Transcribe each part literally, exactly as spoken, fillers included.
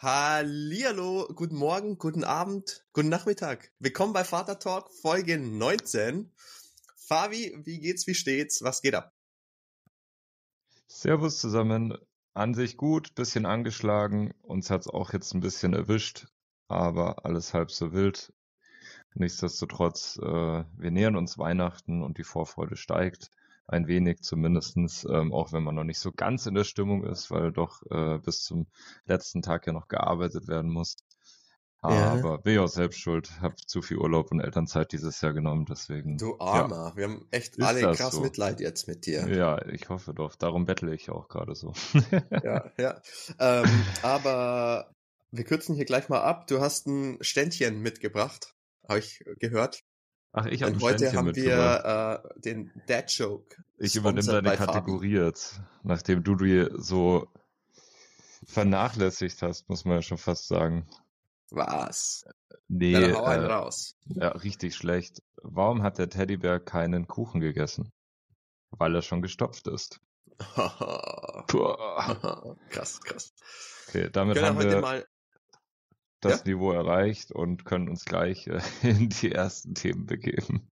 Hallihallo, guten Morgen, guten Abend, guten Nachmittag. Willkommen bei Vater Talk, Folge neunzehn. Fabi, wie geht's, wie steht's, was geht ab? Servus zusammen. An sich gut, bisschen angeschlagen. Uns hat's auch jetzt ein bisschen erwischt, aber alles halb so wild. Nichtsdestotrotz, äh, wir nähern uns Weihnachten und die Vorfreude steigt. Ein wenig zumindestens, ähm, auch wenn man noch nicht so ganz in der Stimmung ist, weil doch äh, bis zum letzten Tag ja noch gearbeitet werden muss. Ja, Aber bin ja auch selbst schuld, hab zu viel Urlaub und Elternzeit dieses Jahr genommen, deswegen, du ja, Armer, wir haben echt ist alle das krass so. Mitleid jetzt mit dir. Ja, ich hoffe doch. Darum bettle ich auch gerade so. Ja, ja. Ähm, aber wir kürzen hier gleich mal ab. Du hast ein Ständchen mitgebracht, habe ich gehört. Ach, ich habe ein Denn heute Ständchen haben mitgebracht. wir äh, den Dad Joke, Ich übernehme sponsored deine by Fabi. Kategorie jetzt, nachdem du die so vernachlässigt hast, muss man ja schon fast sagen. Was? Na, Nee, dann hau einen äh, raus. ja, richtig schlecht. Warum hat der Teddybär keinen Kuchen gegessen? Weil er schon gestopft ist. Puh. Krass, krass. Okay, Wir damit können ja haben heute wir mal, ja, das Niveau erreicht und können uns gleich äh, in die ersten Themen begeben.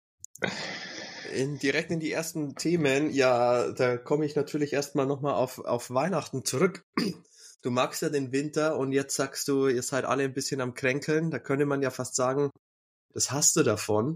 in, direkt in die ersten Themen. Ja, da komme ich natürlich erstmal nochmal auf, auf Weihnachten zurück. Du magst ja den Winter und jetzt sagst du, ihr seid alle ein bisschen am Kränkeln. Da könnte man ja fast sagen, das hast du davon.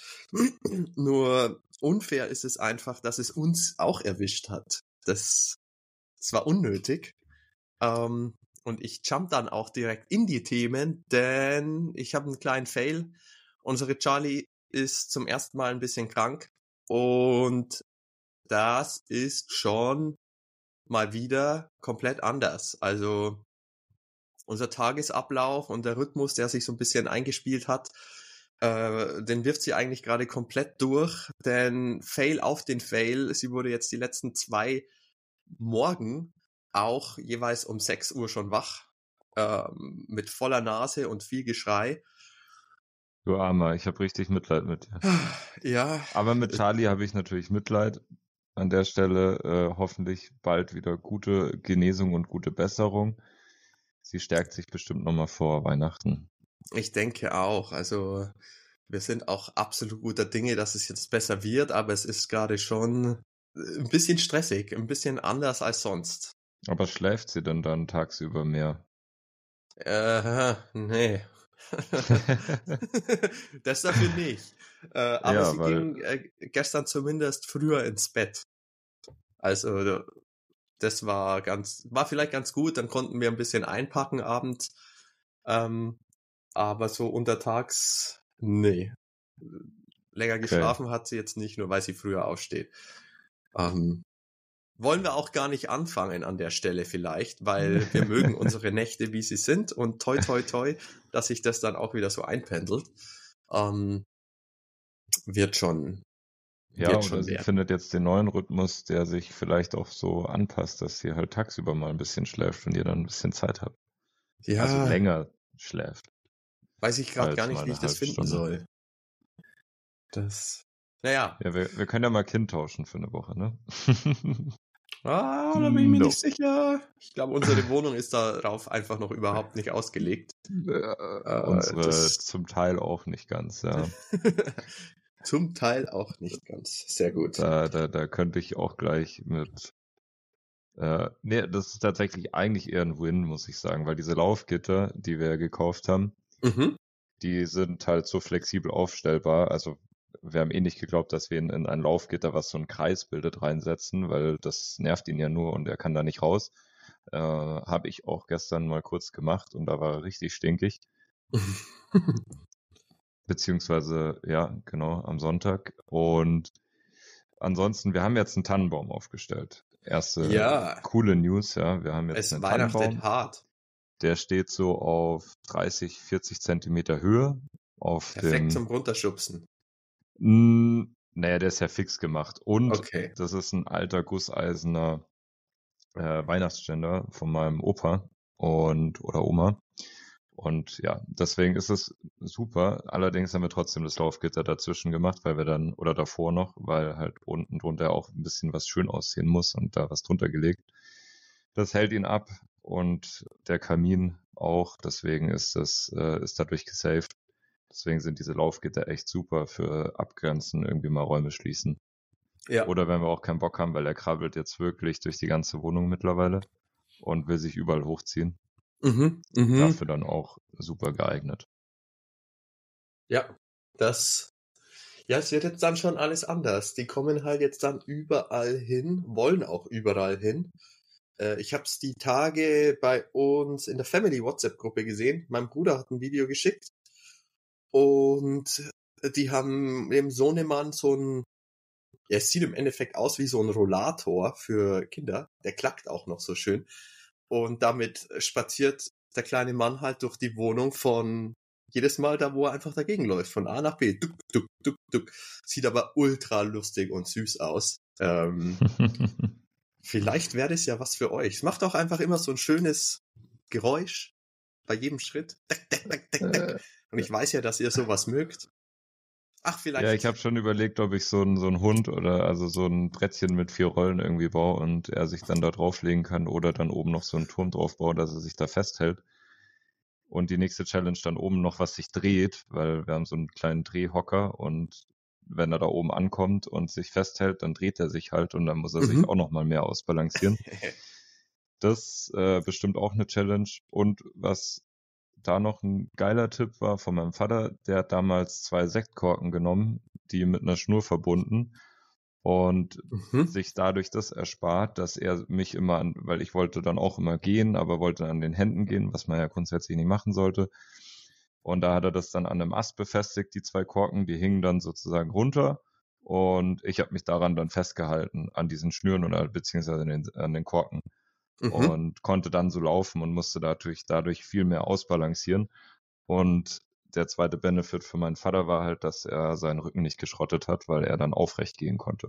Nur unfair ist es einfach, dass es uns auch erwischt hat. Das, das war unnötig. Ähm, und ich jump dann auch direkt in die Themen, denn ich habe einen kleinen Fail. Unsere Charlie ist zum ersten Mal ein bisschen krank und das ist schon mal wieder komplett anders. Also unser Tagesablauf und der Rhythmus, der sich so ein bisschen eingespielt hat, äh, den wirft sie eigentlich gerade komplett durch, denn Fail auf den Fail. Sie wurde jetzt die letzten zwei Morgen auch jeweils um sechs Uhr schon wach, ähm, mit voller Nase und viel Geschrei. Du Armer, ich habe richtig Mitleid mit dir. Ja, Aber mit Charlie habe ich natürlich Mitleid. An der Stelle äh, hoffentlich bald wieder gute Genesung und gute Besserung. Sie stärkt sich bestimmt nochmal vor Weihnachten. ich denke auch. Also wir sind auch absolut guter Dinge, dass es jetzt besser wird, aber es ist gerade schon ein bisschen stressig, ein bisschen anders als sonst. Aber schläft sie denn dann tagsüber mehr? Äh, nee. Das dafür nicht. Äh, aber Ja, sie weil, ging äh, gestern zumindest früher ins Bett. Also das war ganz, war vielleicht ganz gut. Dann konnten wir ein bisschen einpacken abends. Ähm, aber so untertags, nee. Länger okay. geschlafen hat sie jetzt nicht, nur weil sie früher aufsteht. Ähm, wollen wir auch gar nicht anfangen an der Stelle vielleicht, weil wir mögen unsere Nächte, wie sie sind und toi toi toi, dass sich das dann auch wieder so einpendelt. Ähm, wird schon, Ja, wird oder schon sie werden. findet jetzt den neuen Rhythmus, der sich vielleicht auch so anpasst, dass sie halt tagsüber mal ein bisschen schläft und ihr dann ein bisschen Zeit habt. Also Ja, länger schläft weiß ich gerade gar als nicht, mal wie ich eine das halbe finden Stunde. soll. Das, naja, Ja, wir, wir können ja mal Kind tauschen für eine Woche, ne? ah, da bin ich mir nicht No. sicher. Ich glaube, unsere Wohnung ist darauf einfach noch überhaupt nicht ausgelegt. Äh, Äh, unsere das zum Teil auch nicht ganz, ja. zum Teil auch nicht ganz. Sehr gut. Da, da, da könnte ich auch gleich mit. Äh, nee, das ist tatsächlich eigentlich eher ein Win, muss ich sagen, weil diese Laufgitter, die wir gekauft haben, Mhm. die sind halt so flexibel aufstellbar. Also wir haben eh nicht geglaubt, dass wir ihn in ein Laufgitter, was so einen Kreis bildet, reinsetzen, weil das nervt ihn ja nur und er kann da nicht raus. Äh, habe ich auch gestern mal kurz gemacht und da war er richtig stinkig. Beziehungsweise, ja, genau, am Sonntag. Und ansonsten, wir haben jetzt einen Tannenbaum aufgestellt. Erste Ja, coole News, ja. Wir haben jetzt es einen weihnachtet Tannenbaum. hart. Der steht so auf dreißig, vierzig Zentimeter Höhe. Auf Perfekt dem, zum Runterschubsen. mh, naja, der ist ja fix gemacht. Und Okay. das ist ein alter gusseisener äh, Weihnachtsständer von meinem Opa und oder Oma. Und ja, deswegen ist es super. Allerdings haben wir trotzdem das Laufgitter dazwischen gemacht, weil wir dann, oder davor noch, weil halt unten drunter auch ein bisschen was schön aussehen muss und da was drunter gelegt. Das hält ihn ab und der Kamin auch. Deswegen ist das, äh, ist dadurch gesaved. Deswegen sind diese Laufgitter echt super für Abgrenzen, irgendwie mal Räume schließen. Ja. Oder wenn wir auch keinen Bock haben, weil er krabbelt jetzt wirklich durch die ganze Wohnung mittlerweile und will sich überall hochziehen. Mhm, mhm. Dafür dann auch super geeignet. Ja, das, ja, es wird jetzt dann schon alles anders. Die kommen halt jetzt dann überall hin, wollen auch überall hin. Äh, ich habe es die Tage bei uns in der Family WhatsApp-Gruppe gesehen. Mein Bruder hat ein Video geschickt und die haben dem Sohnemann so ein, ja, es sieht im Endeffekt aus wie so ein Rollator für Kinder. Der klackt auch noch so schön. Und damit spaziert der kleine Mann halt durch die Wohnung von jedes Mal da, wo er einfach dagegen läuft, von A nach B. Duck, duck, duck, duck. Sieht aber ultra lustig und süß aus. Ähm, vielleicht wäre das ja was für euch. Es macht auch einfach immer so ein schönes Geräusch bei jedem Schritt. Dack, dack, dack, dack, dack. Und ich weiß ja, dass ihr sowas mögt. Ach, vielleicht. Ja, ich habe schon überlegt, ob ich so ein so ein Hund oder also so ein Brettchen mit vier Rollen irgendwie baue und er sich dann da drauflegen kann oder dann oben noch so einen Turm drauf baue, dass er sich da festhält. Und die nächste Challenge dann oben noch was sich dreht, weil wir haben so einen kleinen Drehhocker und wenn er da oben ankommt und sich festhält, dann dreht er sich halt und dann muss er Mhm. sich auch noch mal mehr ausbalancieren. Das äh, bestimmt auch eine Challenge. Und was da noch ein geiler Tipp war von meinem Vater, der hat damals zwei Sektkorken genommen, die mit einer Schnur verbunden und Mhm. sich dadurch das erspart, dass er mich immer an, weil ich wollte dann auch immer gehen, aber wollte an den Händen gehen, was man ja grundsätzlich nicht machen sollte. Und da hat er das dann an einem Ast befestigt, die zwei Korken, die hingen dann sozusagen runter und ich habe mich daran dann festgehalten, an diesen Schnüren oder beziehungsweise an den, an den Korken. Mhm. Und konnte dann so laufen und musste dadurch, dadurch viel mehr ausbalancieren. Und der zweite Benefit für meinen Vater war halt, dass er seinen Rücken nicht geschrottet hat, weil er dann aufrecht gehen konnte.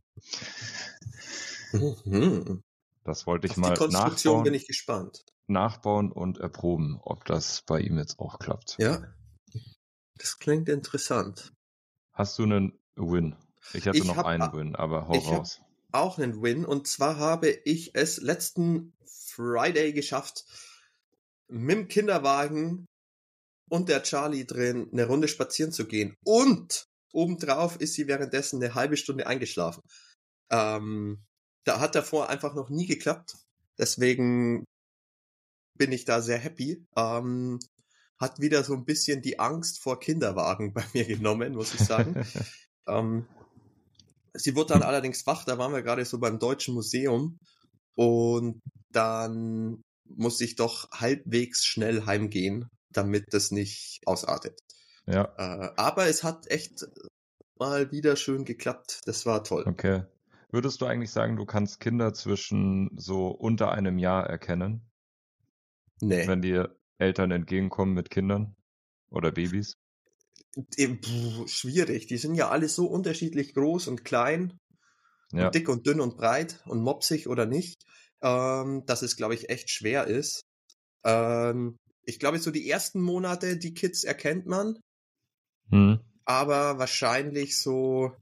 Mhm. Das wollte ich Auf die mal Konstruktion bin nachbauen, ich gespannt. nachbauen und erproben, ob das bei ihm jetzt auch klappt. Ja, das klingt interessant. Hast du einen Win? Ich hätte Ich noch habe einen Win, aber hau ich hab raus. auch einen Win und zwar habe ich es letzten Friday geschafft, mit dem Kinderwagen und der Charlie drin eine Runde spazieren zu gehen. Und obendrauf ist sie währenddessen eine halbe Stunde eingeschlafen. Ähm, da hat davor einfach noch nie geklappt. Deswegen bin ich da sehr happy. Ähm, hat wieder so ein bisschen die Angst vor Kinderwagen bei mir genommen, muss ich sagen. ähm, sie wurde dann allerdings wach, da waren wir gerade so beim Deutschen Museum und dann musste ich doch halbwegs schnell heimgehen, damit das nicht ausartet. Ja. Äh, aber es hat echt mal wieder schön geklappt. Das war toll. Okay. Würdest du eigentlich sagen, du kannst Kinder zwischen so unter einem Jahr erkennen, Nee. wenn dir Eltern entgegenkommen mit Kindern oder Babys? Äh, pff, schwierig. Die sind ja alle so unterschiedlich groß und klein Ja. und dick und dünn und breit und mopsig oder nicht, ähm, dass es, glaube ich, echt schwer ist. Ähm, ich glaube, so die ersten Monate, die Kids erkennt man, Hm. aber wahrscheinlich so.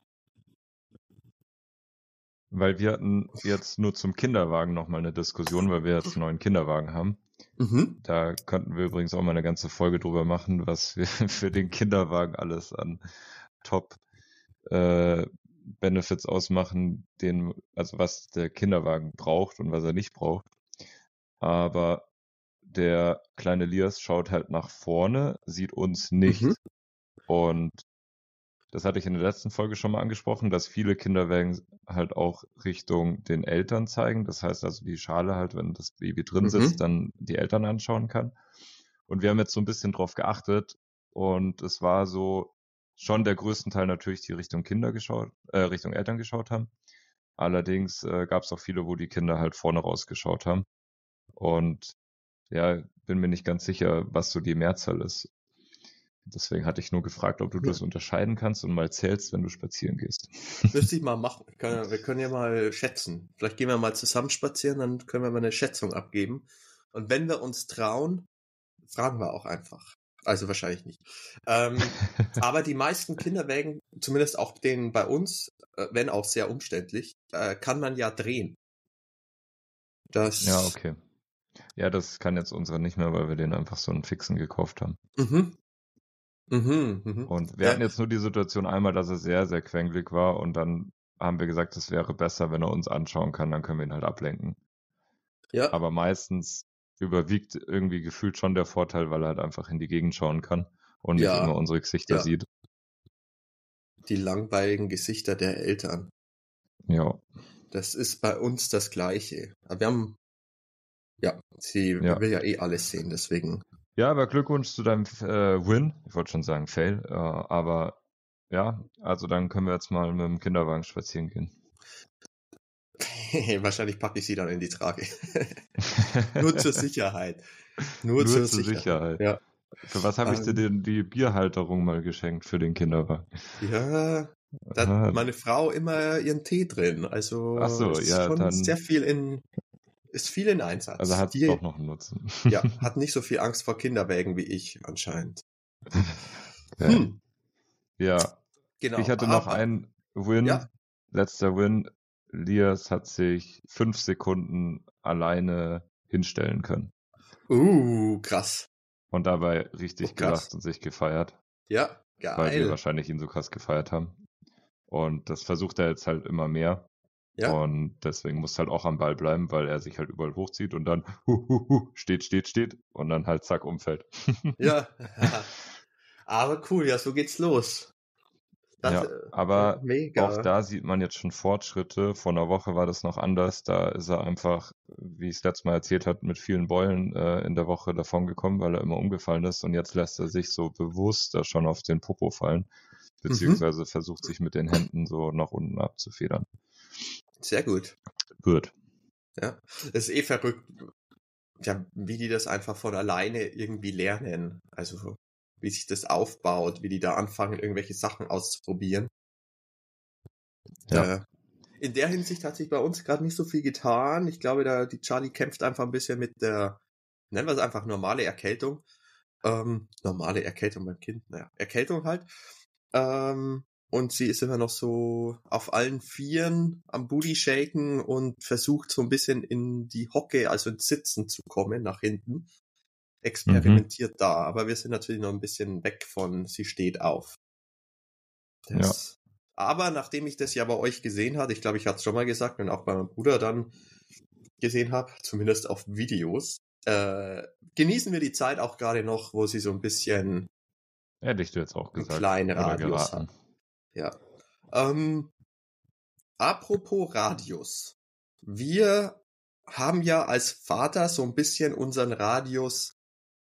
Weil wir hatten jetzt nur zum Kinderwagen nochmal eine Diskussion, weil wir jetzt einen neuen Kinderwagen haben. Mhm. Da könnten wir übrigens auch mal eine ganze Folge drüber machen, was wir für den Kinderwagen alles an Top äh, Benefits ausmachen, den, also was der Kinderwagen braucht und was er nicht braucht. Aber der kleine Lias schaut halt nach vorne, sieht uns nicht. Mhm. Und das hatte ich in der letzten Folge schon mal angesprochen, dass viele Kinderwagen halt auch Richtung den Eltern zeigen. Das heißt also die Schale halt, wenn das Baby drin sitzt, Mhm. dann die Eltern anschauen kann. Und wir haben jetzt so ein bisschen drauf geachtet und es war so schon der größten Teil natürlich, die Richtung Kinder geschaut, äh, Richtung Eltern geschaut haben. Allerdings äh, gab es auch viele, wo die Kinder halt vorne rausgeschaut haben. Und ja, bin mir nicht ganz sicher, was so die Mehrzahl ist. Deswegen hatte ich nur gefragt, ob du Ja. das unterscheiden kannst und mal zählst, wenn du spazieren gehst. Müsste ich mal machen. Wir können, wir können ja mal schätzen. Vielleicht gehen wir mal zusammen spazieren, dann können wir mal eine Schätzung abgeben. Und wenn wir uns trauen, fragen wir auch einfach. Also wahrscheinlich nicht. Ähm, aber die meisten Kinderwägen, zumindest auch den bei uns, äh, wenn auch sehr umständlich, äh, kann man ja drehen. Das, Ja, okay. Ja, das kann jetzt unsere nicht mehr, weil wir den einfach so einen fixen gekauft haben. Mhm. Mhm, mhm. Und wir Ja, hatten jetzt nur die Situation einmal, dass er sehr, sehr quengelig war und dann haben wir gesagt, es wäre besser, wenn er uns anschauen kann, dann können wir ihn halt ablenken. ja, Aber meistens überwiegt irgendwie gefühlt schon der Vorteil, weil er halt einfach in die Gegend schauen kann und nicht ja, immer unsere Gesichter ja. sieht. Die langweiligen Gesichter der Eltern. Ja, Das ist bei uns das Gleiche. Aber wir haben, ja, sie ja. will ja eh alles sehen, deswegen. Ja, aber Glückwunsch zu deinem äh, Win. Ich wollte schon sagen Fail, äh, aber ja, also dann können wir jetzt mal mit dem Kinderwagen spazieren gehen. Wahrscheinlich packe ich sie dann in die Trage. Nur zur Sicherheit. Nur, Nur zur, zur Sicherheit. Sicherheit. Ja. Für was habe ich dir Ähm, denn die Bierhalterung mal geschenkt für den Kinderwagen? ja, da hat Ah, meine Frau immer ihren Tee drin. ach Also so, ist ja, schon sehr dann, viel in, ist viel in also Einsatz. hat es doch Die, noch einen Nutzen. ja, hat nicht so viel Angst vor Kinderwägen wie ich anscheinend. Okay. Hm, Ja, ich genau. hatte noch Aber, einen Win, ja. letzter Win. Lias hat sich fünf Sekunden alleine hinstellen können Uh, krass. und dabei Oh, richtig krass. gelacht und sich gefeiert, Ja, weil wir geil. wahrscheinlich ihn so krass gefeiert haben. Und das versucht er jetzt halt immer mehr. Ja, Und deswegen muss halt auch am Ball bleiben, weil er sich halt überall hochzieht und dann hu, hu, hu, steht, steht, steht und dann halt zack umfällt. ja. Aber cool, ja, so geht's los. Das, Ja, äh, ja, aber auch mega. da sieht man jetzt schon Fortschritte. Vor einer Woche war das noch anders. Da ist er einfach, wie ich es letztes Mal erzählt habe, mit vielen Beulen äh, in der Woche davon gekommen, weil er immer umgefallen ist. Und jetzt lässt er sich so bewusster schon auf den Popo fallen, Mhm. beziehungsweise versucht sich mit den Händen so nach unten abzufedern. Sehr gut. Wird. Ja. Das ist eh verrückt, ja, wie die das einfach von alleine irgendwie lernen. Also, wie sich das aufbaut, wie die da anfangen, irgendwelche Sachen auszuprobieren. Ja. Da, in der Hinsicht hat sich bei uns gerade nicht so viel getan. Ich glaube, da die Charlie kämpft einfach ein bisschen mit der, nennen wir es einfach normale Erkältung. Ähm, normale Erkältung beim Kind, naja, Erkältung halt. Ähm, und sie ist immer noch so auf allen Vieren am Booty shaken und versucht so ein bisschen in die Hocke, also ins Sitzen zu kommen, nach hinten. Mhm. Experimentiert da, aber wir sind natürlich noch ein bisschen weg von sie steht auf. Ja. Das, aber nachdem ich das ja bei euch gesehen hatte, ich glaube, ich hatte es schon mal gesagt und auch bei meinem Bruder dann gesehen habe, zumindest auf Videos, äh, genießen wir die Zeit auch gerade noch, wo sie so ein bisschen Hätte ich dir jetzt auch einen gesagt kleinen oder Radius hat. geraten. Ja. Ähm, apropos Radius. Wir haben ja als Vater so ein bisschen unseren Radius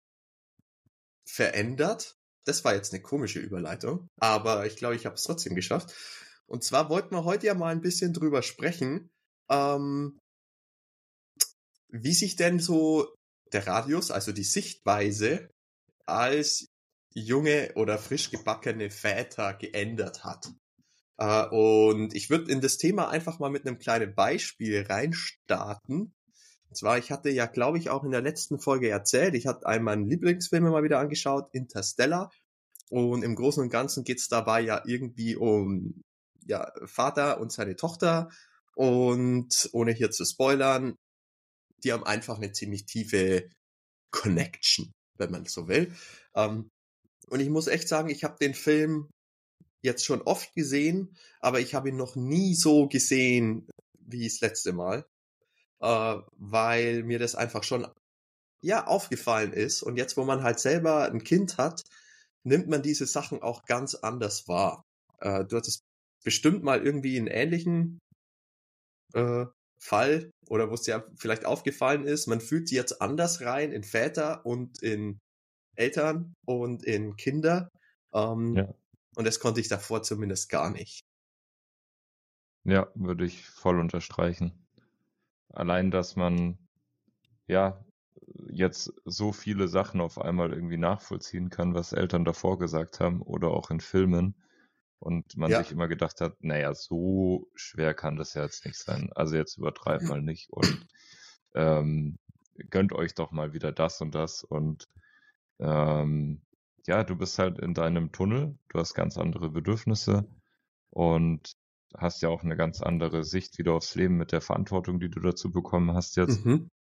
verändert. Das war jetzt eine komische Überleitung, aber ich glaube, ich habe es trotzdem geschafft. Und zwar wollten wir heute ja mal ein bisschen drüber sprechen, ähm, wie sich denn so der Radius, also die Sichtweise als junge oder frisch gebackene Väter geändert hat. Äh, und ich würde in das Thema einfach mal mit einem kleinen Beispiel reinstarten. Und zwar, ich hatte ja, glaube ich, auch in der letzten Folge erzählt, ich hatte einen meiner Lieblingsfilme mal wieder angeschaut, Interstellar. Und im Großen und Ganzen geht's dabei ja irgendwie um ja, Vater und seine Tochter. Und ohne hier zu spoilern, die haben einfach eine ziemlich tiefe Connection, wenn man so will. Ähm, und ich muss echt sagen, ich habe den Film jetzt schon oft gesehen, aber ich habe ihn noch nie so gesehen wie das letzte Mal, äh, weil mir das einfach schon ja aufgefallen ist. Und jetzt, wo man halt selber ein Kind hat, nimmt man diese Sachen auch ganz anders wahr. Äh, du hattest bestimmt mal irgendwie einen ähnlichen äh, Fall oder wo es dir vielleicht aufgefallen ist, man fühlt sich jetzt anders rein in Väter und in Eltern und in Kinder. Ähm, Ja. und das konnte ich davor zumindest gar nicht. Ja, würde ich voll unterstreichen. Allein, dass man ja jetzt so viele Sachen auf einmal irgendwie nachvollziehen kann, was Eltern davor gesagt haben oder auch in Filmen. Und man sich Ja. immer gedacht hat, naja, so schwer kann das ja jetzt nicht sein. Also jetzt übertreibt mal nicht und ähm, gönnt euch doch mal wieder das und das. Und ähm, ja, du bist halt in deinem Tunnel, du hast ganz andere Bedürfnisse und hast ja auch eine ganz andere Sicht wieder aufs Leben mit der Verantwortung, die du dazu bekommen hast jetzt. Mhm.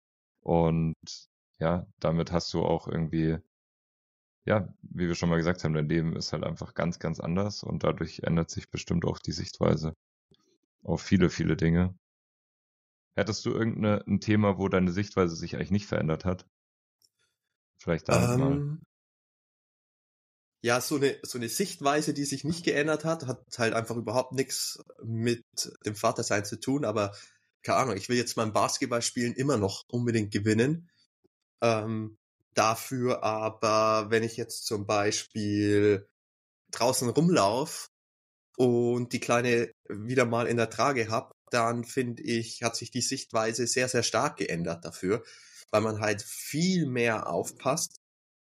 Und ja, damit hast du auch irgendwie, ja, wie wir schon mal gesagt haben, dein Leben ist halt einfach ganz, ganz anders und dadurch ändert sich bestimmt auch die Sichtweise auf viele, viele Dinge. Hättest du irgendein Thema, wo deine Sichtweise sich eigentlich nicht verändert hat? Vielleicht damit mal. Ähm, ja, so eine, so eine Sichtweise, die sich nicht geändert hat, hat halt einfach überhaupt nichts mit dem Vatersein zu tun, aber keine Ahnung, ich will jetzt beim Basketballspielen immer noch unbedingt gewinnen. Ähm, dafür aber, wenn ich jetzt zum Beispiel draußen rumlauf und die Kleine wieder mal in der Trage hab, dann finde ich, hat sich die Sichtweise sehr, sehr stark geändert dafür, weil man halt viel mehr aufpasst.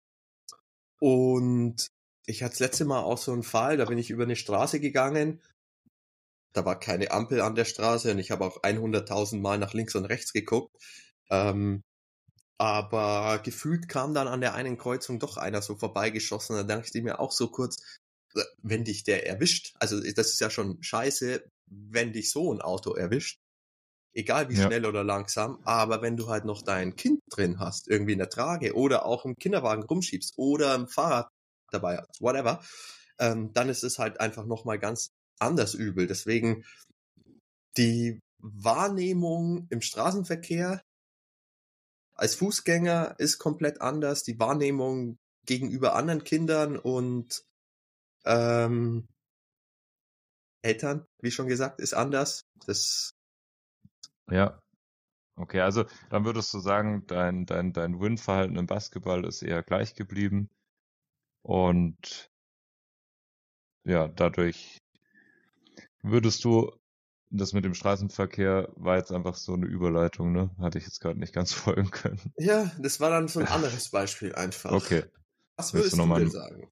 Und ich hatte das letzte Mal auch so einen Fall, da bin ich über eine Straße gegangen, da war keine Ampel an der Straße und ich habe auch hunderttausend Mal nach links und rechts geguckt. Ähm, aber gefühlt kam dann an der einen Kreuzung doch einer so vorbeigeschossen. Da dachte ich mir auch so kurz, äh, wenn dich der erwischt, also das ist ja schon scheiße, wenn dich so ein Auto erwischt, egal wie Ja, schnell oder langsam, aber wenn du halt noch dein Kind drin hast, irgendwie in der Trage oder auch im Kinderwagen rumschiebst oder im Fahrrad dabei hast, whatever, ähm, dann ist es halt einfach nochmal ganz anders übel. Deswegen die Wahrnehmung im Straßenverkehr als Fußgänger ist komplett anders. Die Wahrnehmung gegenüber anderen Kindern und ähm, Eltern, wie schon gesagt, ist anders. Das ja. Okay, also dann würdest du sagen, dein, dein, dein Win-Verhalten im Basketball ist eher gleich geblieben und ja, dadurch würdest du, das mit dem Straßenverkehr war jetzt einfach so eine Überleitung, ne? Hatte ich jetzt gerade nicht ganz folgen können. ja, das war dann so ein anderes Beispiel einfach. Okay, Was willst du würdest du nochmal, denn sagen?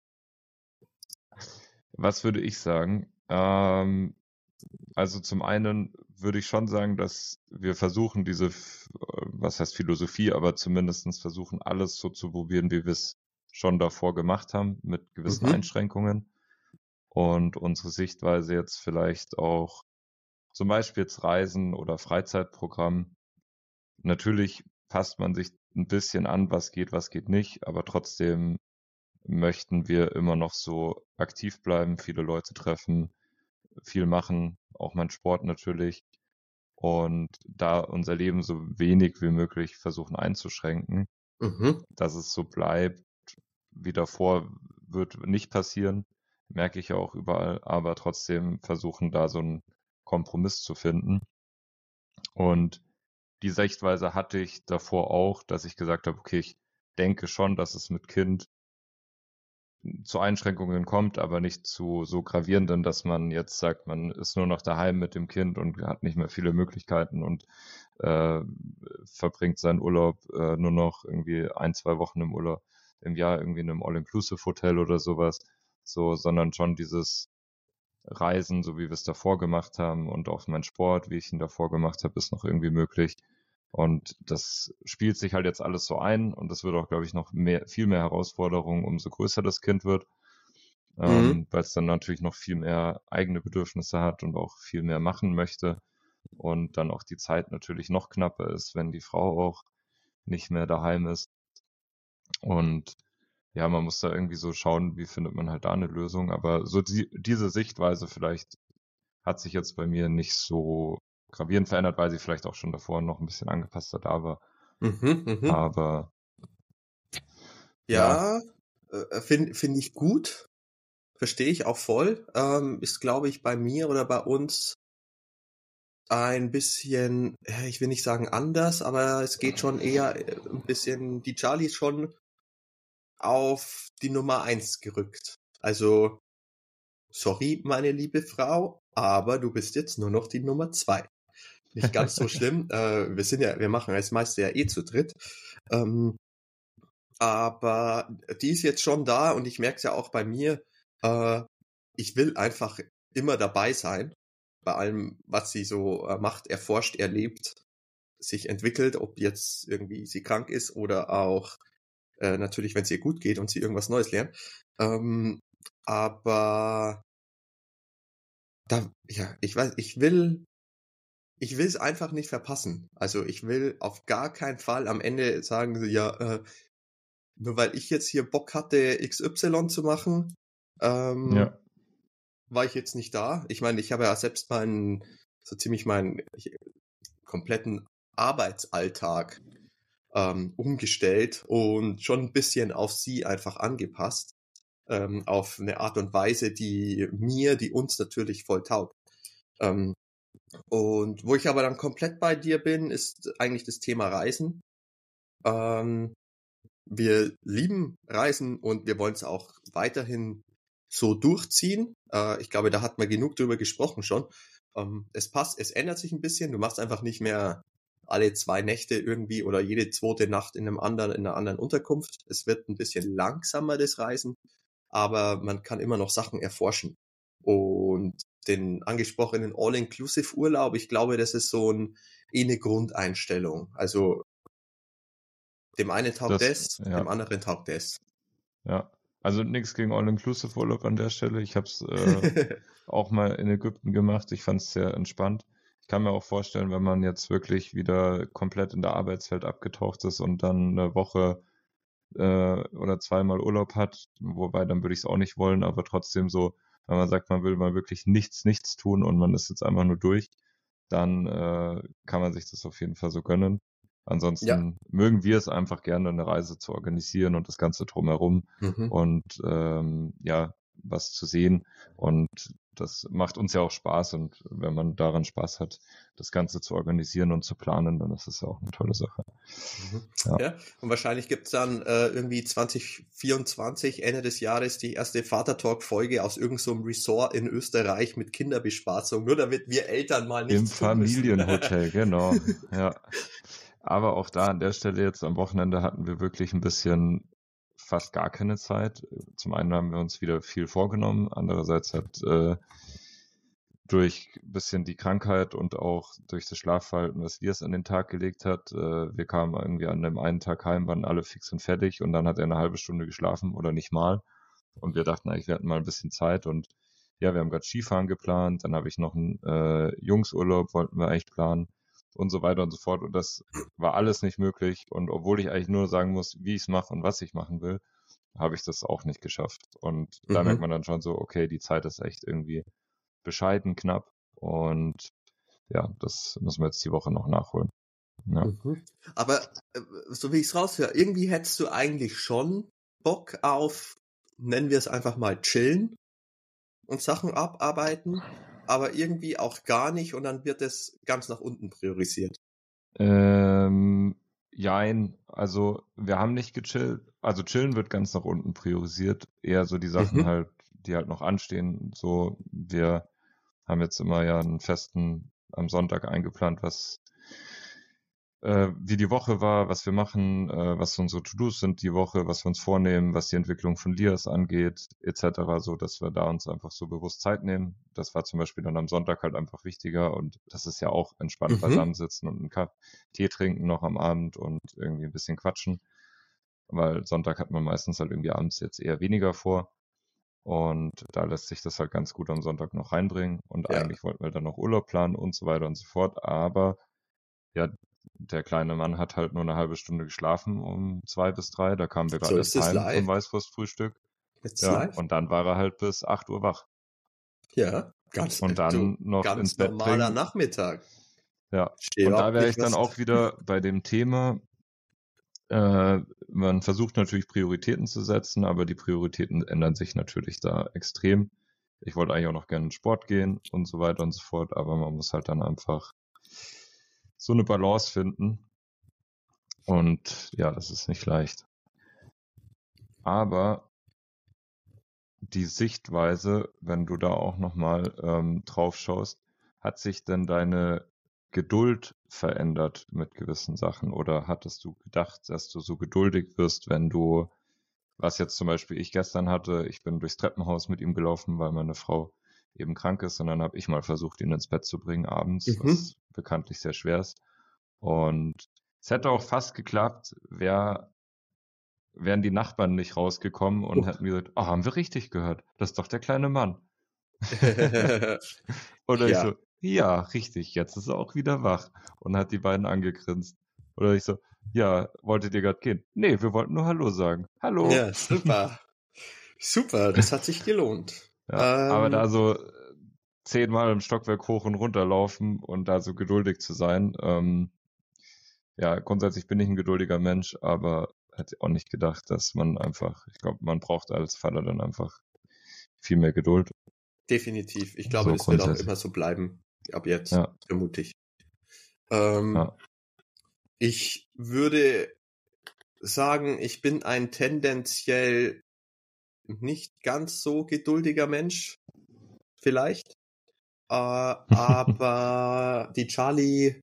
was würde ich sagen? Ähm, also zum einen würde ich schon sagen, dass wir versuchen, diese, F- äh, was heißt Philosophie, aber zumindestens versuchen, alles so zu probieren, wie wir es schon davor gemacht haben, mit gewissen Mhm, Einschränkungen. Und unsere Sichtweise jetzt vielleicht auch zum Beispiel jetzt Reisen oder Freizeitprogramm. Natürlich passt man sich ein bisschen an, was geht, was geht nicht, aber trotzdem möchten wir immer noch so aktiv bleiben, viele Leute treffen, viel machen, auch mein Sport natürlich. Und da unser Leben so wenig wie möglich versuchen einzuschränken, mhm, dass es so bleibt, wie davor, wird nicht passieren, merke ich ja auch überall, aber trotzdem versuchen da so einen Kompromiss zu finden. Und die Sichtweise hatte ich davor auch, dass ich gesagt habe, okay, ich denke schon, dass es mit Kind zu Einschränkungen kommt, aber nicht zu so gravierenden, dass man jetzt sagt, man ist nur noch daheim mit dem Kind und hat nicht mehr viele Möglichkeiten und äh, verbringt seinen Urlaub äh, nur noch irgendwie ein, zwei Wochen im Urlaub im Jahr irgendwie in einem All-Inclusive-Hotel oder sowas, so, sondern schon dieses Reisen, so wie wir es davor gemacht haben und auch mein Sport, wie ich ihn davor gemacht habe, ist noch irgendwie möglich. Und das spielt sich halt jetzt alles so ein und das wird auch, glaube ich, noch mehr, viel mehr Herausforderungen, umso größer das Kind wird, mhm, ähm, weil es dann natürlich noch viel mehr eigene Bedürfnisse hat und auch viel mehr machen möchte und dann auch die Zeit natürlich noch knapper ist, wenn die Frau auch nicht mehr daheim ist. Und ja, man muss da irgendwie so schauen, wie findet man halt da eine Lösung. Aber so die, diese Sichtweise vielleicht hat sich jetzt bei mir nicht so gravierend verändert, weil sie vielleicht auch schon davor noch ein bisschen angepasster da war. mhm, mhm. Aber ja, Ja, äh, finde find ich gut, verstehe ich auch voll. Ähm, ist, glaube ich, bei mir oder bei uns ein bisschen, äh, ich will nicht sagen anders, aber es geht schon eher äh, ein bisschen, die Charlie ist schon auf die Nummer eins gerückt. Also, sorry, meine liebe Frau, aber du bist jetzt nur noch die Nummer zwei. Nicht ganz so schlimm. Äh, wir sind ja, wir machen als Meister ja eh zu dritt. Ähm, aber die ist jetzt schon da und ich merke es ja auch bei mir. Äh, ich will einfach immer dabei sein bei allem, was sie so äh, macht, erforscht, erlebt, sich entwickelt, ob jetzt irgendwie sie krank ist oder auch äh, natürlich, wenn es ihr gut geht und sie irgendwas Neues lernt. Ähm, aber da, ja, ich weiß, ich will ich will es einfach nicht verpassen. Also ich will auf gar keinen Fall am Ende sagen, ja, äh, nur weil ich jetzt hier Bock hatte, X Y zu machen, ähm, Ja, war ich jetzt nicht da. Ich meine, ich habe ja selbst meinen, so ziemlich meinen ich, kompletten Arbeitsalltag ähm, umgestellt und schon ein bisschen auf sie einfach angepasst, ähm, auf eine Art und Weise, die mir, die uns natürlich voll taugt. Ähm, und wo ich aber dann komplett bei dir bin, ist eigentlich das Thema Reisen. Ähm, wir lieben Reisen und wir wollen es auch weiterhin so durchziehen. Äh, ich glaube, da hat man genug drüber gesprochen schon. Ähm, es passt, es ändert sich ein bisschen. Du machst einfach nicht mehr alle zwei Nächte irgendwie oder jede zweite Nacht in einem anderen, in einer anderen Unterkunft. Es wird ein bisschen langsamer, das Reisen, aber man kann immer noch Sachen erforschen. Und den angesprochenen All-Inclusive-Urlaub, ich glaube, das ist so ein, eh eine Grundeinstellung. Also dem einen taugt das, das, dem ja, anderen taugt das. ja. Also nichts gegen All-Inclusive-Urlaub an der Stelle. Ich habe es äh, auch mal in Ägypten gemacht. Ich fand es sehr entspannt. Ich kann mir auch vorstellen, wenn man jetzt wirklich wieder komplett in der Arbeitswelt abgetaucht ist und dann eine Woche äh, oder zweimal Urlaub hat, wobei dann würde ich es auch nicht wollen, aber trotzdem so, wenn man sagt, man will mal wirklich nichts, nichts tun und man ist jetzt einfach nur durch, dann äh, kann man sich das auf jeden Fall so gönnen. Ja. Ansonsten mögen wir es einfach gerne, eine Reise zu organisieren und das Ganze drumherum Mhm. und ähm, ja, was zu sehen. Und das macht uns ja auch Spaß. Und wenn man daran Spaß hat, das Ganze zu organisieren und zu planen, dann ist das ja auch eine tolle Sache. Mhm. Ja, Ja, und wahrscheinlich gibt's dann äh, irgendwie zwanzig vierundzwanzig, Ende des Jahres, die erste Vater-Talk-Folge aus irgendeinem so Resort in Österreich mit Kinderbespaßung, nur damit wir Eltern mal im nichts tun müssen. Familienhotel, genau. Ja. Aber auch da an der Stelle jetzt am Wochenende hatten wir wirklich ein bisschen fast gar keine Zeit. Zum einen haben wir uns wieder viel vorgenommen, andererseits hat äh, durch ein bisschen die Krankheit und auch durch das Schlafverhalten, was Lias an den Tag gelegt hat, äh, wir kamen irgendwie an dem einen Tag heim, waren alle fix und fertig und dann hat er eine halbe Stunde geschlafen oder nicht mal. Und wir dachten eigentlich, wir hatten mal ein bisschen Zeit und ja, wir haben gerade Skifahren geplant, dann habe ich noch einen äh, Jungsurlaub, wollten wir eigentlich planen und so weiter und so fort. Und das war alles nicht möglich. Und obwohl ich eigentlich nur sagen muss, wie ich es mache und was ich machen will, habe ich das auch nicht geschafft. Und da merkt Mhm. man dann schon so, okay, die Zeit ist echt irgendwie bescheiden knapp. Und ja, das müssen wir jetzt die Woche noch nachholen. Ja. Mhm. Aber äh, so wie ich es raushöre, irgendwie hättest du eigentlich schon Bock auf, nennen wir es einfach mal chillen und Sachen abarbeiten, aber irgendwie auch gar nicht und dann wird es ganz nach unten priorisiert. Ähm, jein, also wir haben nicht gechillt. Also chillen wird ganz nach unten priorisiert. Eher so die Sachen Mhm. halt, die halt noch anstehen. So, wir haben jetzt immer ja einen festen am Sonntag eingeplant, was äh, wie die Woche war, was wir machen, äh, was unsere To-Dos sind die Woche, was wir uns vornehmen, was die Entwicklung von Lias angeht, et cetera, so dass wir da uns einfach so bewusst Zeit nehmen. Das war zum Beispiel dann am Sonntag halt einfach wichtiger und das ist ja auch entspannt Mhm. beisammensitzen und einen Kaffee, Tee trinken noch am Abend und irgendwie ein bisschen quatschen, weil Sonntag hat man meistens halt irgendwie abends jetzt eher weniger vor. Und da lässt sich das halt ganz gut am Sonntag noch reinbringen. Und Ja, eigentlich wollten wir dann noch Urlaub planen und so weiter und so fort. Aber ja, der kleine Mann hat halt nur eine halbe Stunde geschlafen um zwei bis drei. Da kamen wir so gerade ist erst es heim vom live. Weißwurstfrühstück. Ist es Ja, live? und dann war er halt bis acht Uhr wach. Ja, ganz, Und äh, du, dann noch ins ganz Bett normaler bringen. Nachmittag. Ja, Stehe und da überhaupt wäre nicht ich dann was. auch wieder bei dem Thema, äh, man versucht natürlich Prioritäten zu setzen, aber die Prioritäten ändern sich natürlich da extrem. Ich wollte eigentlich auch noch gerne in Sport gehen und so weiter und so fort, aber man muss halt dann einfach so eine Balance finden. Und ja, das ist nicht leicht. Aber die Sichtweise, wenn du da auch nochmal ähm, drauf schaust, hat sich denn deine Geduld verändert mit gewissen Sachen? Oder hattest du gedacht, dass du so geduldig wirst, wenn du, was jetzt zum Beispiel ich gestern hatte, ich bin durchs Treppenhaus mit ihm gelaufen, weil meine Frau eben krank ist und dann habe ich mal versucht, ihn ins Bett zu bringen abends, Mhm. was bekanntlich sehr schwer ist. Und es hätte auch fast geklappt, wäre wären die Nachbarn nicht rausgekommen und hätten gesagt, oh, haben wir richtig gehört, das ist doch der kleine Mann. Oder ich Ja. so, ja, richtig, jetzt ist er auch wieder wach und hat die beiden angegrinst. Oder ich so, ja, wolltet ihr gerade gehen? Nee, wir wollten nur Hallo sagen. Hallo. Ja, super. Super, das hat sich gelohnt. Ja, aber da Ähm, so äh, zehnmal im Stockwerk hoch und runter laufen und da so geduldig zu sein, ähm, ja, grundsätzlich bin ich ein geduldiger Mensch, aber hätte auch nicht gedacht, dass man einfach, ich glaube, man braucht als Vater dann einfach viel mehr Geduld. definitiv. Ich glaube, So das wird auch grundsätzlich. immer so bleiben. Ab jetzt, Ja, vermute ich. Ähm, ja. ich würde sagen, ich bin ein tendenziell nicht ganz so geduldiger Mensch, vielleicht. Äh, aber die Charlie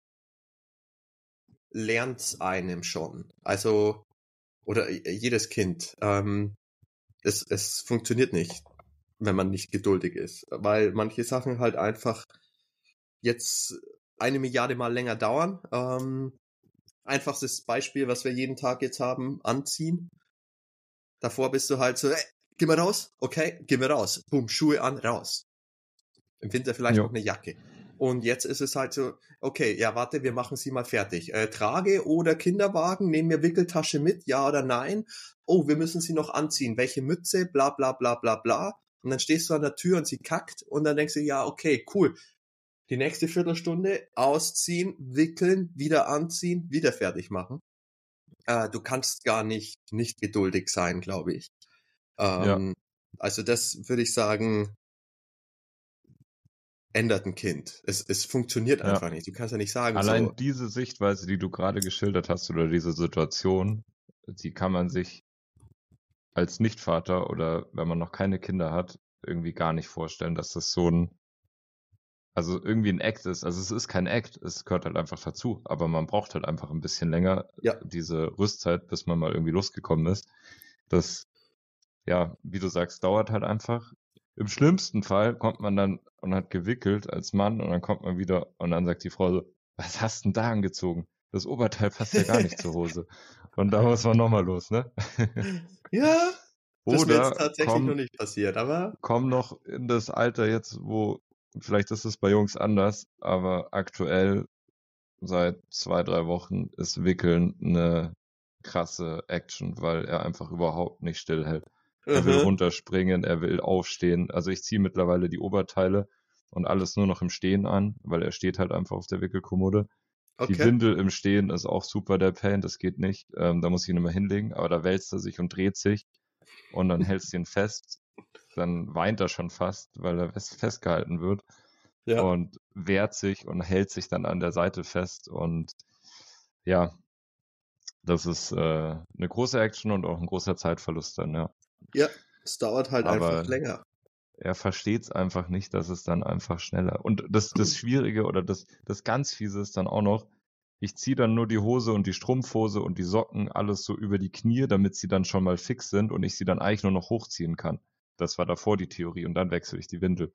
lernt's einem schon. Also, oder jedes Kind. Ähm, es, es funktioniert nicht, wenn man nicht geduldig ist. Weil manche Sachen halt einfach jetzt eine Milliarde Mal länger dauern. Ähm, einfachstes Beispiel, was wir jeden Tag jetzt haben, anziehen. Davor bist du halt so, ey, geh mal raus, okay, geh mal raus. Boom, Schuhe an, raus. Im Winter vielleicht noch Jo. eine Jacke. Und jetzt ist es halt so, okay, ja, warte, wir machen sie mal fertig. Äh, Trage oder Kinderwagen, nehmen wir Wickeltasche mit, ja oder nein? Oh, wir müssen sie noch anziehen. Welche Mütze? Bla, bla, bla, bla, bla. Und dann stehst du an der Tür und sie kackt und dann denkst du, ja, okay, cool. Die nächste Viertelstunde ausziehen, wickeln, wieder anziehen, wieder fertig machen. Äh, du kannst gar nicht nicht geduldig sein, glaube ich. Ja. Ähm, also das würde ich sagen, ändert ein Kind. Es, es funktioniert Ja. einfach nicht. Du kannst ja nicht sagen so, Allein diese Sichtweise, die du gerade geschildert hast, oder diese Situation, die kann man sich als Nichtvater oder wenn man noch keine Kinder hat, irgendwie gar nicht vorstellen, dass das so ein, also irgendwie ein Act ist. Also es ist kein Act, es gehört halt einfach dazu. Aber man braucht halt einfach ein bisschen länger, ja, diese Rüstzeit, bis man mal irgendwie losgekommen ist. Das, ja, wie du sagst, dauert halt einfach. Im schlimmsten Fall kommt man dann und hat gewickelt als Mann und dann kommt man wieder und dann sagt die Frau so, was hast denn da angezogen? Das Oberteil passt ja gar nicht zur Hose. Und da muss man nochmal los, ne? ja, das ist mir jetzt Oder tatsächlich noch komm, nicht passiert, aber komm noch in das Alter jetzt, wo, vielleicht ist es bei Jungs anders, aber aktuell seit zwei, drei Wochen ist Wickeln eine krasse Action, weil er einfach überhaupt nicht stillhält. Er will uh-huh, runterspringen, er will aufstehen. Also ich ziehe mittlerweile die Oberteile und alles nur noch im Stehen an, weil er steht halt einfach auf der Wickelkommode. Die okay. Windel im Stehen ist auch super der Pain, das geht nicht. Ähm, da muss ich ihn immer hinlegen, aber da wälzt er sich und dreht sich und dann hältst du ihn fest. Dann weint er schon fast, weil er fest, festgehalten wird Ja, und wehrt sich und hält sich dann an der Seite fest. Und ja, das ist äh, eine große Action und auch ein großer Zeitverlust dann, ja. ja, es dauert halt einfach Aber länger. er versteht es einfach nicht, dass es dann einfach schneller. Und das, das Schwierige oder das, das ganz Fiese ist dann auch noch, ich ziehe dann nur die Hose und die Strumpfhose und die Socken alles so über die Knie, damit sie dann schon mal fix sind und ich sie dann eigentlich nur noch hochziehen kann. Das war davor die Theorie und dann wechsle ich die Windel,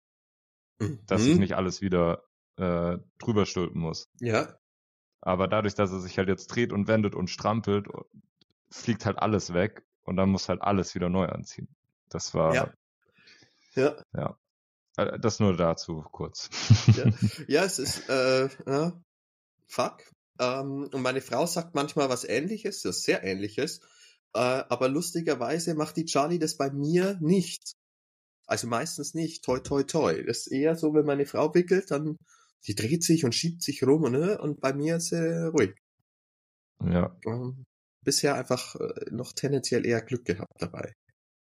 dass ich Mhm. nicht alles wieder äh, drüber stülpen muss. Ja, Aber dadurch, dass er sich halt jetzt dreht und wendet und strampelt, fliegt halt alles weg und dann muss halt alles wieder neu anziehen. Das ja, war, ja, ja, äh, das nur dazu kurz. ja. Ja, es ist, äh, ja, fuck. Ähm, und meine Frau sagt manchmal was Ähnliches, das sehr Ähnliches. Äh, aber lustigerweise macht die Charlie das bei mir nicht. Also meistens nicht. Toi, toi, toi. Das ist eher so, wenn meine Frau wickelt, dann die dreht sich und schiebt sich rum und, ne? Und bei mir ist sie ruhig. Ja. Ähm, bisher einfach äh, noch tendenziell eher Glück gehabt dabei.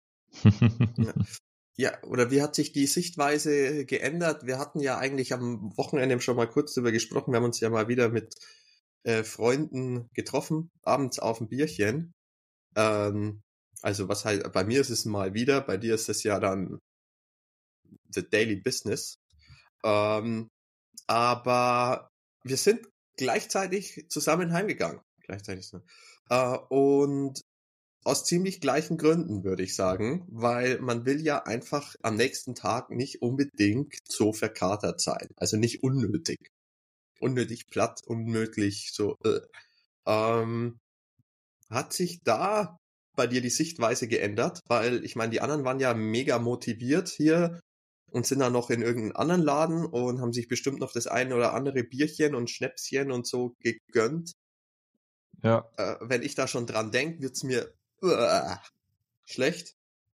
Ja. Ja, oder wie hat sich die Sichtweise geändert? Wir hatten ja eigentlich am Wochenende schon mal kurz darüber gesprochen. Wir haben uns ja mal wieder mit äh, Freunden getroffen, abends auf ein Bierchen. Ähm, also was halt, bei mir ist es mal wieder, bei dir ist es ja dann the daily business. Ähm, aber wir sind gleichzeitig zusammen heimgegangen. Gleichzeitig. So. Äh, und aus ziemlich gleichen Gründen, würde ich sagen, weil man will ja einfach am nächsten Tag nicht unbedingt so verkatert sein. Also nicht unnötig. Unnötig platt, unmöglich so. Äh. Ähm, hat sich da bei dir die Sichtweise geändert? Weil ich meine, die anderen waren ja mega motiviert hier. und sind dann noch in irgendeinem anderen Laden und haben sich bestimmt noch das eine oder andere Bierchen und Schnäpschen und so gegönnt. Ja. Äh, wenn ich da schon dran denke, wird's mir uh, schlecht.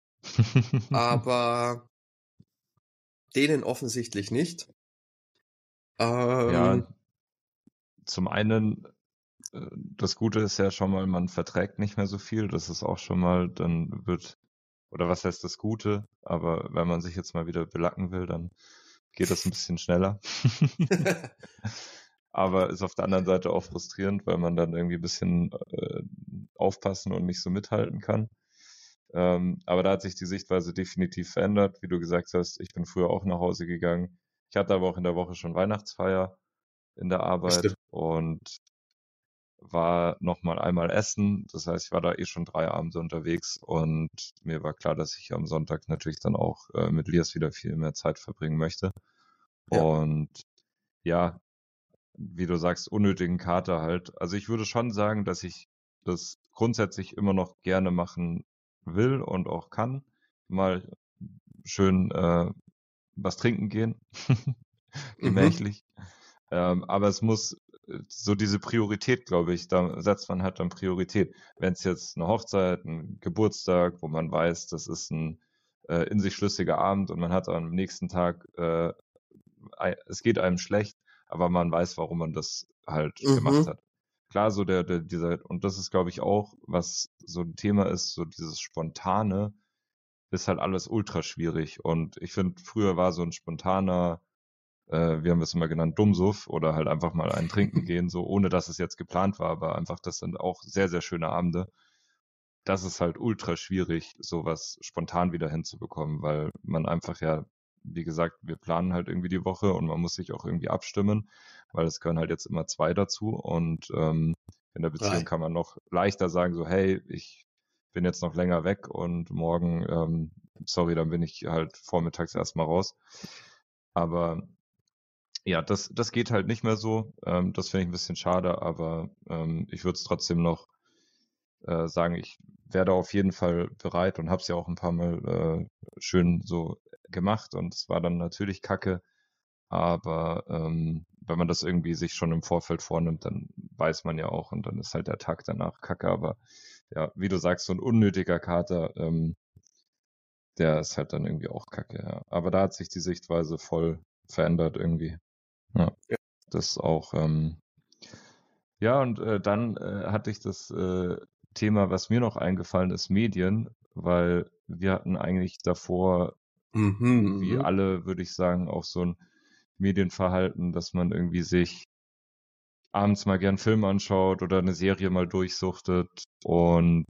Aber denen offensichtlich nicht. Ähm, Ja, zum einen, äh, das Gute ist ja schon mal, man verträgt nicht mehr so viel. Das ist auch schon mal, dann wird, oder was heißt das Gute? Aber wenn man sich jetzt mal wieder belacken will, dann geht das ein bisschen schneller. Aber ist auf der anderen Seite auch frustrierend, weil man dann irgendwie ein bisschen äh, aufpassen und nicht so mithalten kann. Ähm, aber da hat sich die Sichtweise definitiv verändert. Wie du gesagt hast, ich bin früher auch nach Hause gegangen. Ich hatte aber auch in der Woche schon Weihnachtsfeier in der Arbeit und war noch mal einmal essen. Das heißt, ich war da eh schon drei Abende unterwegs und mir war klar, dass ich am Sonntag natürlich dann auch äh, mit Lias wieder viel mehr Zeit verbringen möchte. Ja. Und ja, wie du sagst, unnötigen Kater halt. Also ich würde schon sagen, dass ich das grundsätzlich immer noch gerne machen will und auch kann. Mal schön äh, was trinken gehen, gemächlich. Mhm. Ähm, aber es muss so diese Priorität, glaube ich, da setzt man halt dann Priorität. Wenn es jetzt eine Hochzeit, ein Geburtstag, wo man weiß, das ist ein äh, in sich schlüssiger Abend und man hat am nächsten Tag, äh, es geht einem schlecht, aber man weiß, warum man das halt mhm. gemacht hat. Klar, so der, der, dieser, und das ist, glaube ich, auch, was so ein Thema ist, so dieses Spontane, ist halt alles ultra schwierig. Und ich finde, früher war so ein spontaner, äh, wir haben es immer genannt, Dummsuff oder halt einfach mal einen trinken gehen, so ohne dass es jetzt geplant war, aber einfach, das sind auch sehr, sehr schöne Abende. Das ist halt ultra schwierig, sowas spontan wieder hinzubekommen, weil man einfach ja, wie gesagt, wir planen halt irgendwie die Woche und man muss sich auch irgendwie abstimmen, weil es gehören halt jetzt immer zwei dazu und ähm, in der Beziehung Drei. kann man noch leichter sagen, so hey, ich bin jetzt noch länger weg und morgen, ähm, sorry, dann bin ich halt vormittags erstmal raus. Aber ja, das, das geht halt nicht mehr so. Ähm, das finde ich ein bisschen schade, aber ähm, ich würde es trotzdem noch äh, sagen, ich werde auf jeden Fall bereit und habe es ja auch ein paar Mal äh, schön so gemacht und es war dann natürlich kacke, aber ähm, wenn man das irgendwie sich schon im Vorfeld vornimmt, dann weiß man ja auch und dann ist halt der Tag danach kacke, aber ja, wie du sagst, so ein unnötiger Kater, ähm, der ist halt dann irgendwie auch kacke, ja. Aber da hat sich die Sichtweise voll verändert irgendwie. Ja, Ja. das auch, ähm, ja, und äh, dann äh, hatte ich das äh, Thema, was mir noch eingefallen ist, Medien, weil wir hatten eigentlich davor, Mhm. wie alle, würde ich sagen, auch so ein Medienverhalten, dass man irgendwie sich abends mal gern Film anschaut oder eine Serie mal durchsuchtet und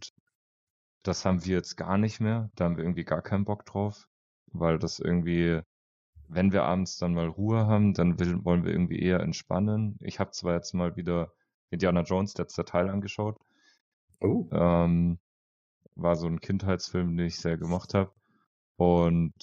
das haben wir jetzt gar nicht mehr. Da haben wir irgendwie gar keinen Bock drauf, weil das irgendwie, wenn wir abends dann mal Ruhe haben, dann will, wollen wir irgendwie eher entspannen. Ich habe zwar jetzt mal wieder Indiana Jones, letzter Teil, angeschaut. Oh. Ähm, war so ein Kindheitsfilm, den ich sehr gemocht habe. Und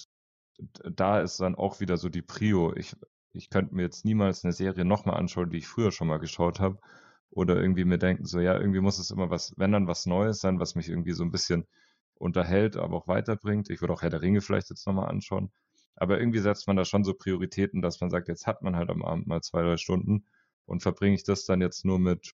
da ist dann auch wieder so die Prio. Ich, ich könnte mir jetzt niemals eine Serie nochmal anschauen, die ich früher schon mal geschaut habe. Oder irgendwie mir denken, so ja, irgendwie muss es immer was, wenn dann was Neues sein, was mich irgendwie so ein bisschen unterhält, aber auch weiterbringt. Ich würde auch Herr der Ringe vielleicht jetzt nochmal anschauen. Aber irgendwie setzt man da schon so Prioritäten, dass man sagt, jetzt hat man halt am Abend mal zwei, drei Stunden und verbringe ich das dann jetzt nur mit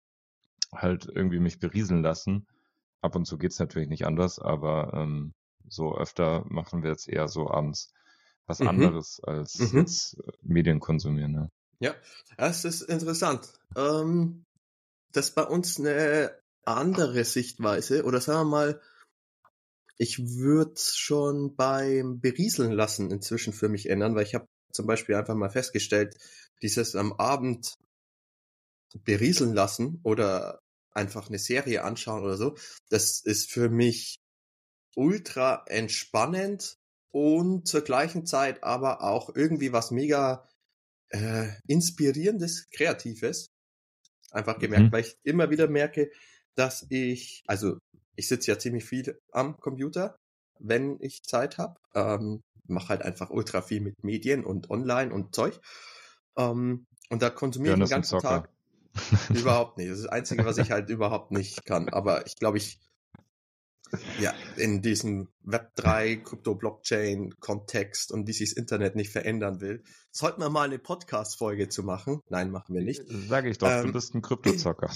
halt irgendwie mich berieseln lassen. Ab und zu geht's natürlich nicht anders, aber ähm, so öfter machen wir jetzt eher so abends was Mhm. anderes als Mhm. jetzt äh, Medien konsumieren. Ne? Ja, das ist interessant. Ähm, das ist bei uns eine andere Sichtweise, oder sagen wir mal, ich würde schon beim Berieseln lassen inzwischen für mich ändern, weil ich habe zum Beispiel einfach mal festgestellt, dieses am Abend berieseln lassen oder einfach eine Serie anschauen oder so, das ist für mich ultra entspannend und zur gleichen Zeit aber auch irgendwie was mega äh, inspirierendes, Kreatives. Einfach gemerkt, Mhm. weil ich immer wieder merke, dass ich, also ich sitze ja ziemlich viel am Computer, wenn ich Zeit habe, ähm, mache halt einfach ultra viel mit Medien und online und Zeug. Ähm, und da konsumiere ich Björn den ist ein ganzen Zocker. Tag überhaupt nicht. Das ist das Einzige, was ich halt überhaupt nicht kann. Aber ich glaube, ich Ja, in diesem Web drei, Krypto-Blockchain-Kontext und wie sich das Internet nicht verändern will. Sollten wir mal eine Podcast-Folge zu machen? Nein, machen wir nicht. Sag ich doch, du Ähm, bist ein Kryptozocker.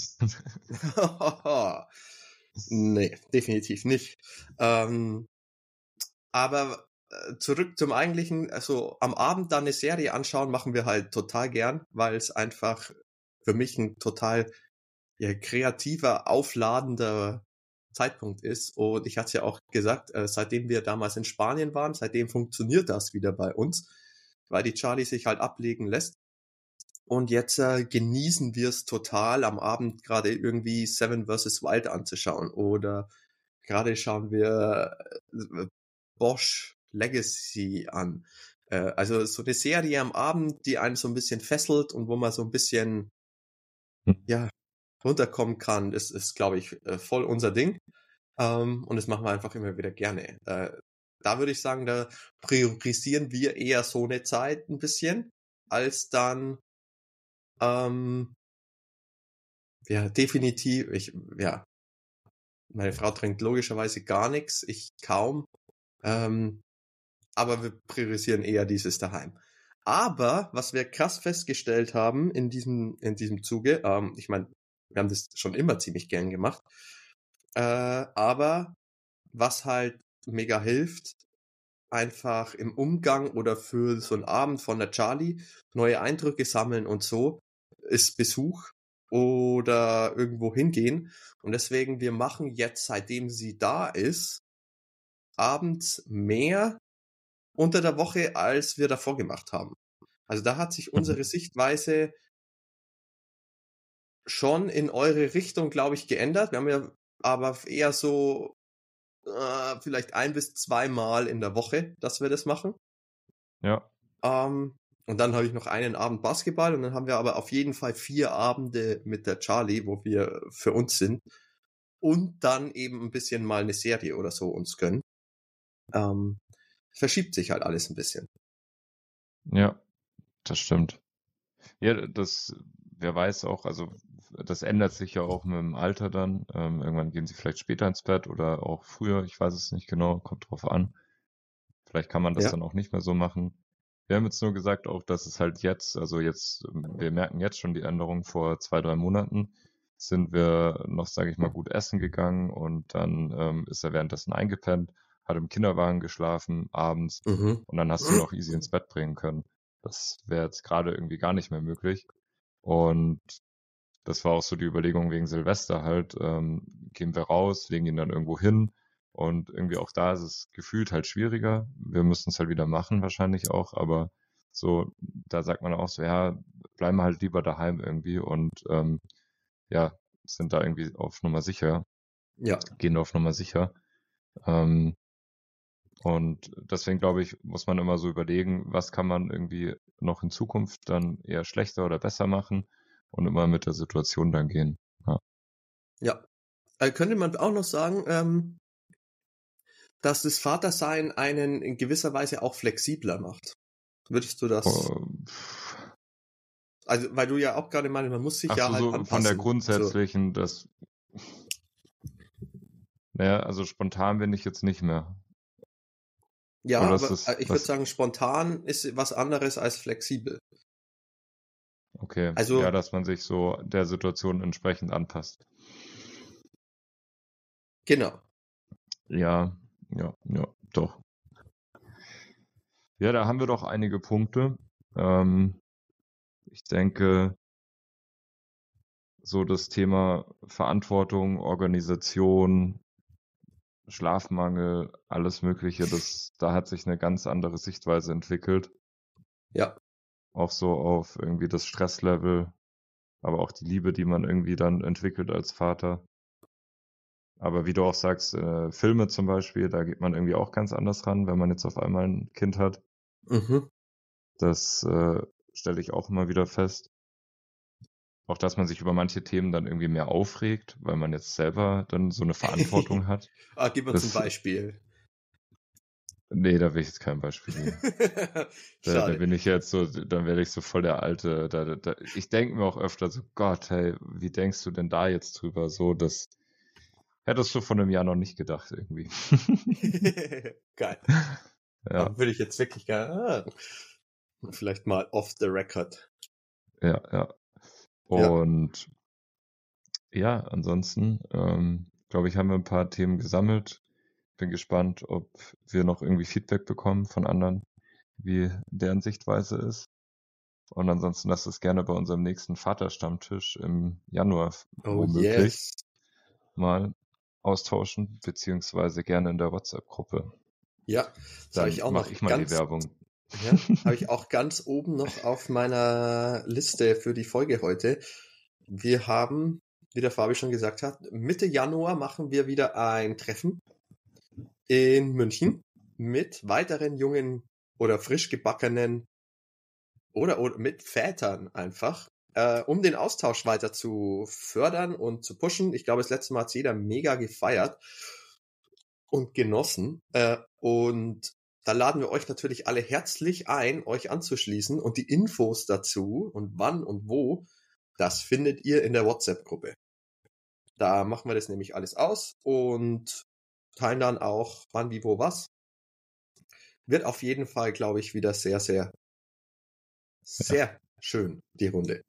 nee, definitiv nicht. Ähm, aber äh, zurück zum eigentlichen, also am Abend dann eine Serie anschauen, machen wir halt total gern, weil es einfach für mich ein total ja, kreativer, aufladender Zeitpunkt ist. Und ich hatte es ja auch gesagt, äh, seitdem wir damals in Spanien waren, seitdem funktioniert das wieder bei uns, weil die Charlie sich halt ablegen lässt. Und jetzt äh, genießen wir es total, am Abend gerade irgendwie Seven versus. Wild anzuschauen. Oder gerade schauen wir äh, Bosch Legacy an. Äh, also so eine Serie am Abend, die einen so ein bisschen fesselt und wo man so ein bisschen, ja, runterkommen kann, ist, ist glaube ich, äh, voll unser Ding. Ähm, und das machen wir einfach immer wieder gerne. Äh, da würde ich sagen, da priorisieren wir eher so eine Zeit ein bisschen, als dann, ähm, ja, definitiv, ich, ja, meine Frau trinkt logischerweise gar nichts, ich kaum, ähm, aber wir priorisieren eher dieses daheim. Aber, was wir krass festgestellt haben in diesem, in diesem Zuge, ähm, ich meine, wir haben das schon immer ziemlich gern gemacht, äh, aber was halt mega hilft, einfach im Umgang oder für so einen Abend von der Charlie neue Eindrücke sammeln und so, ist Besuch oder irgendwo hingehen. Und deswegen, wir machen jetzt, seitdem sie da ist, abends mehr unter der Woche, als wir davor gemacht haben. Also da hat sich unsere Sichtweise schon in eure Richtung, glaube ich, geändert. Wir haben ja aber eher so äh, vielleicht ein bis zweimal in der Woche, dass wir das machen. Ja. Ähm, und dann habe ich noch einen Abend Basketball und dann haben wir aber auf jeden Fall vier Abende mit der Charlie, wo wir für uns sind und dann eben ein bisschen mal eine Serie oder so uns gönnen. Ähm, verschiebt sich halt alles ein bisschen. Ja, das stimmt. Ja, das, wer weiß auch, also das ändert sich ja auch mit dem Alter dann. Ähm, irgendwann gehen sie vielleicht später ins Bett oder auch früher, ich weiß es nicht genau, kommt drauf an. Vielleicht kann man das Ja. dann auch nicht mehr so machen. Wir haben jetzt nur gesagt auch, dass es halt jetzt, also jetzt, wir merken jetzt schon die Änderung. Vor zwei, drei Monaten sind wir noch, sage ich mal, gut essen gegangen und dann ähm, ist er währenddessen eingepennt, hat im Kinderwagen geschlafen abends Mhm. und dann hast du ihn auch easy ins Bett bringen können. Das wäre jetzt gerade irgendwie gar nicht mehr möglich. Und das war auch so die Überlegung wegen Silvester halt, ähm, gehen wir raus, legen ihn dann irgendwo hin und irgendwie auch da ist es gefühlt halt schwieriger. Wir müssen es halt wieder machen wahrscheinlich auch, aber so, da sagt man auch so, ja, bleiben wir halt lieber daheim irgendwie und ähm, ja, sind da irgendwie auf Nummer sicher, Ja. gehen auf Nummer sicher. Ähm, und deswegen glaube ich, muss man immer so überlegen, was kann man irgendwie noch in Zukunft dann eher schlechter oder besser machen und immer mit der Situation dann gehen. Ja. Ja. Äh, könnte man auch noch sagen, ähm, dass das Vatersein einen in gewisser Weise auch flexibler macht. Würdest du das? Oh, Also, weil du ja auch gerade meinst, man muss sich ach ja so, halt so von der anpassen. So. grundsätzlichen, das, naja, also spontan bin ich jetzt nicht mehr. Ja, Oder aber ist das, äh, ich würde was, sagen, spontan ist was anderes als flexibel. okay, ja, Also, dass man sich so der Situation entsprechend anpasst. genau. Ja, ja, ja, doch. Ja, da haben wir doch einige Punkte. Ähm, ich denke, so das Thema Verantwortung, Organisation, Schlafmangel, alles Mögliche, das, da hat sich eine ganz andere Sichtweise entwickelt. Ja. Auch so auf irgendwie das Stresslevel, aber auch die Liebe, die man irgendwie dann entwickelt als Vater. Aber wie du auch sagst, äh, Filme zum Beispiel, da geht man irgendwie auch ganz anders ran, wenn man jetzt auf einmal ein Kind hat. Mhm. Das äh, stelle ich auch immer wieder fest. Auch, dass man sich über manche Themen dann irgendwie mehr aufregt, weil man jetzt selber dann so eine Verantwortung hat. ah, gib uns ein Das, Beispiel. nee, da will ich jetzt kein Beispiel geben. Da, da Schade. bin ich jetzt so, dann werde ich so voll der Alte. Da, da, da, ich denke mir auch öfter so, Gott, hey, wie denkst du denn da jetzt drüber? So, dass Hättest du von einem Jahr noch nicht gedacht, irgendwie. Geil. Ja, Aber würde ich jetzt wirklich gerne. Ah, vielleicht mal off the record. ja, ja. Ja. Und ja, ansonsten, ähm, glaube ich, haben wir ein paar Themen gesammelt. Bin gespannt, ob wir noch irgendwie Feedback bekommen von anderen, wie deren Sichtweise ist. Und ansonsten lasst es gerne bei unserem nächsten Vaterstammtisch im Januar Oh womöglich yes. mal austauschen, beziehungsweise gerne in der WhatsApp-Gruppe. Ja, das habe Dann ich auch mache noch ich mal die ganz, Werbung. ja, habe ich auch ganz oben noch auf meiner Liste für die Folge heute. Wir haben, wie der Fabi schon gesagt hat, Mitte Januar machen wir wieder ein Treffen in München mit weiteren jungen oder frisch gebackenen oder, oder mit Vätern einfach, äh, um den Austausch weiter zu fördern und zu pushen. Ich glaube, das letzte Mal hat jeder mega gefeiert und genossen. Äh, und da laden wir euch natürlich alle herzlich ein, euch anzuschließen, und die Infos dazu und wann und wo, das findet ihr in der WhatsApp-Gruppe. Da machen wir das nämlich alles aus und teilen dann auch wann, wie, wo, was. Wird auf jeden Fall, glaube ich, wieder sehr, sehr, sehr schön, die Runde.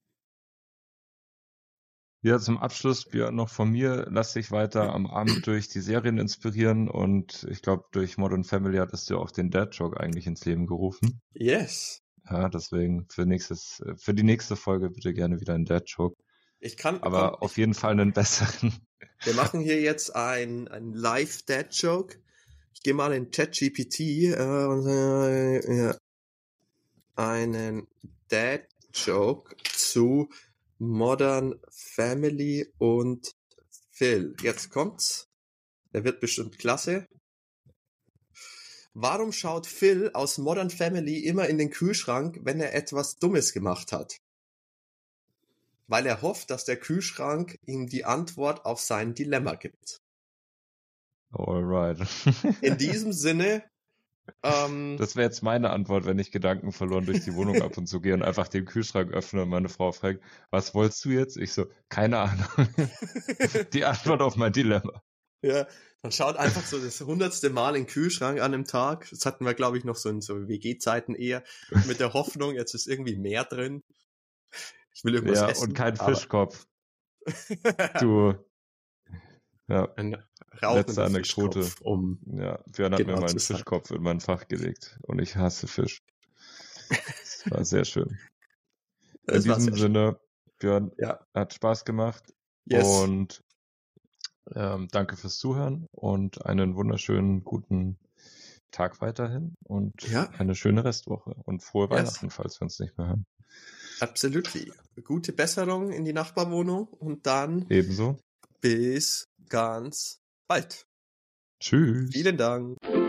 Ja, zum Abschluss, Björn, noch von mir, lass dich weiter am Abend durch die Serien inspirieren, und ich glaube, durch Modern Family hattest du auch den Dad-Joke eigentlich ins Leben gerufen. Yes. Ja, deswegen für nächstes, für die nächste Folge bitte gerne wieder einen Dad-Joke. Ich kann, Aber komm, auf ich, jeden Fall einen besseren. wir machen hier jetzt ein, ein Live-Dad-Joke. Ich gehe mal in ChatGPT äh, und äh, ja, einen Dad-Joke zu Modern Family und Phil. Jetzt kommt's. Der wird bestimmt klasse. Warum schaut Phil aus Modern Family immer in den Kühlschrank, wenn er etwas Dummes gemacht hat? Weil er hofft, dass der Kühlschrank ihm die Antwort auf sein Dilemma gibt. Alright. In diesem Sinne, ähm, Das wäre jetzt meine Antwort, wenn ich Gedanken verloren durch die Wohnung ab und zu gehe und einfach den Kühlschrank öffne und meine Frau fragt, was wolltest du jetzt? Ich so, keine Ahnung. Die Antwort auf mein Dilemma. ja, man schaut einfach so das hundertste Mal in den Kühlschrank an einem Tag. Das hatten wir, glaube ich, noch so in so W G-Zeiten eher, mit der Hoffnung, jetzt ist irgendwie mehr drin. Ich will irgendwas Ja, essen. und kein aber Fischkopf. Du. Ja, Ein letzte rauchender Anekdote. Fischkopf, um Ja, Björn hat mir genau mal zu einen sein. Fischkopf in mein Fach gelegt und ich hasse Fisch. Das war sehr schön. In Das war diesem sehr schön. Sinne, Björn, Ja, hat Spaß gemacht yes. und ähm, danke fürs Zuhören und einen wunderschönen guten Tag weiterhin und Ja. eine schöne Restwoche und frohe Yes. Weihnachten, falls wir uns nicht mehr hören. Absolutely. Gute Besserung in die Nachbarwohnung und dann Ebenso. bis ganz bald. Tschüss. Vielen Dank.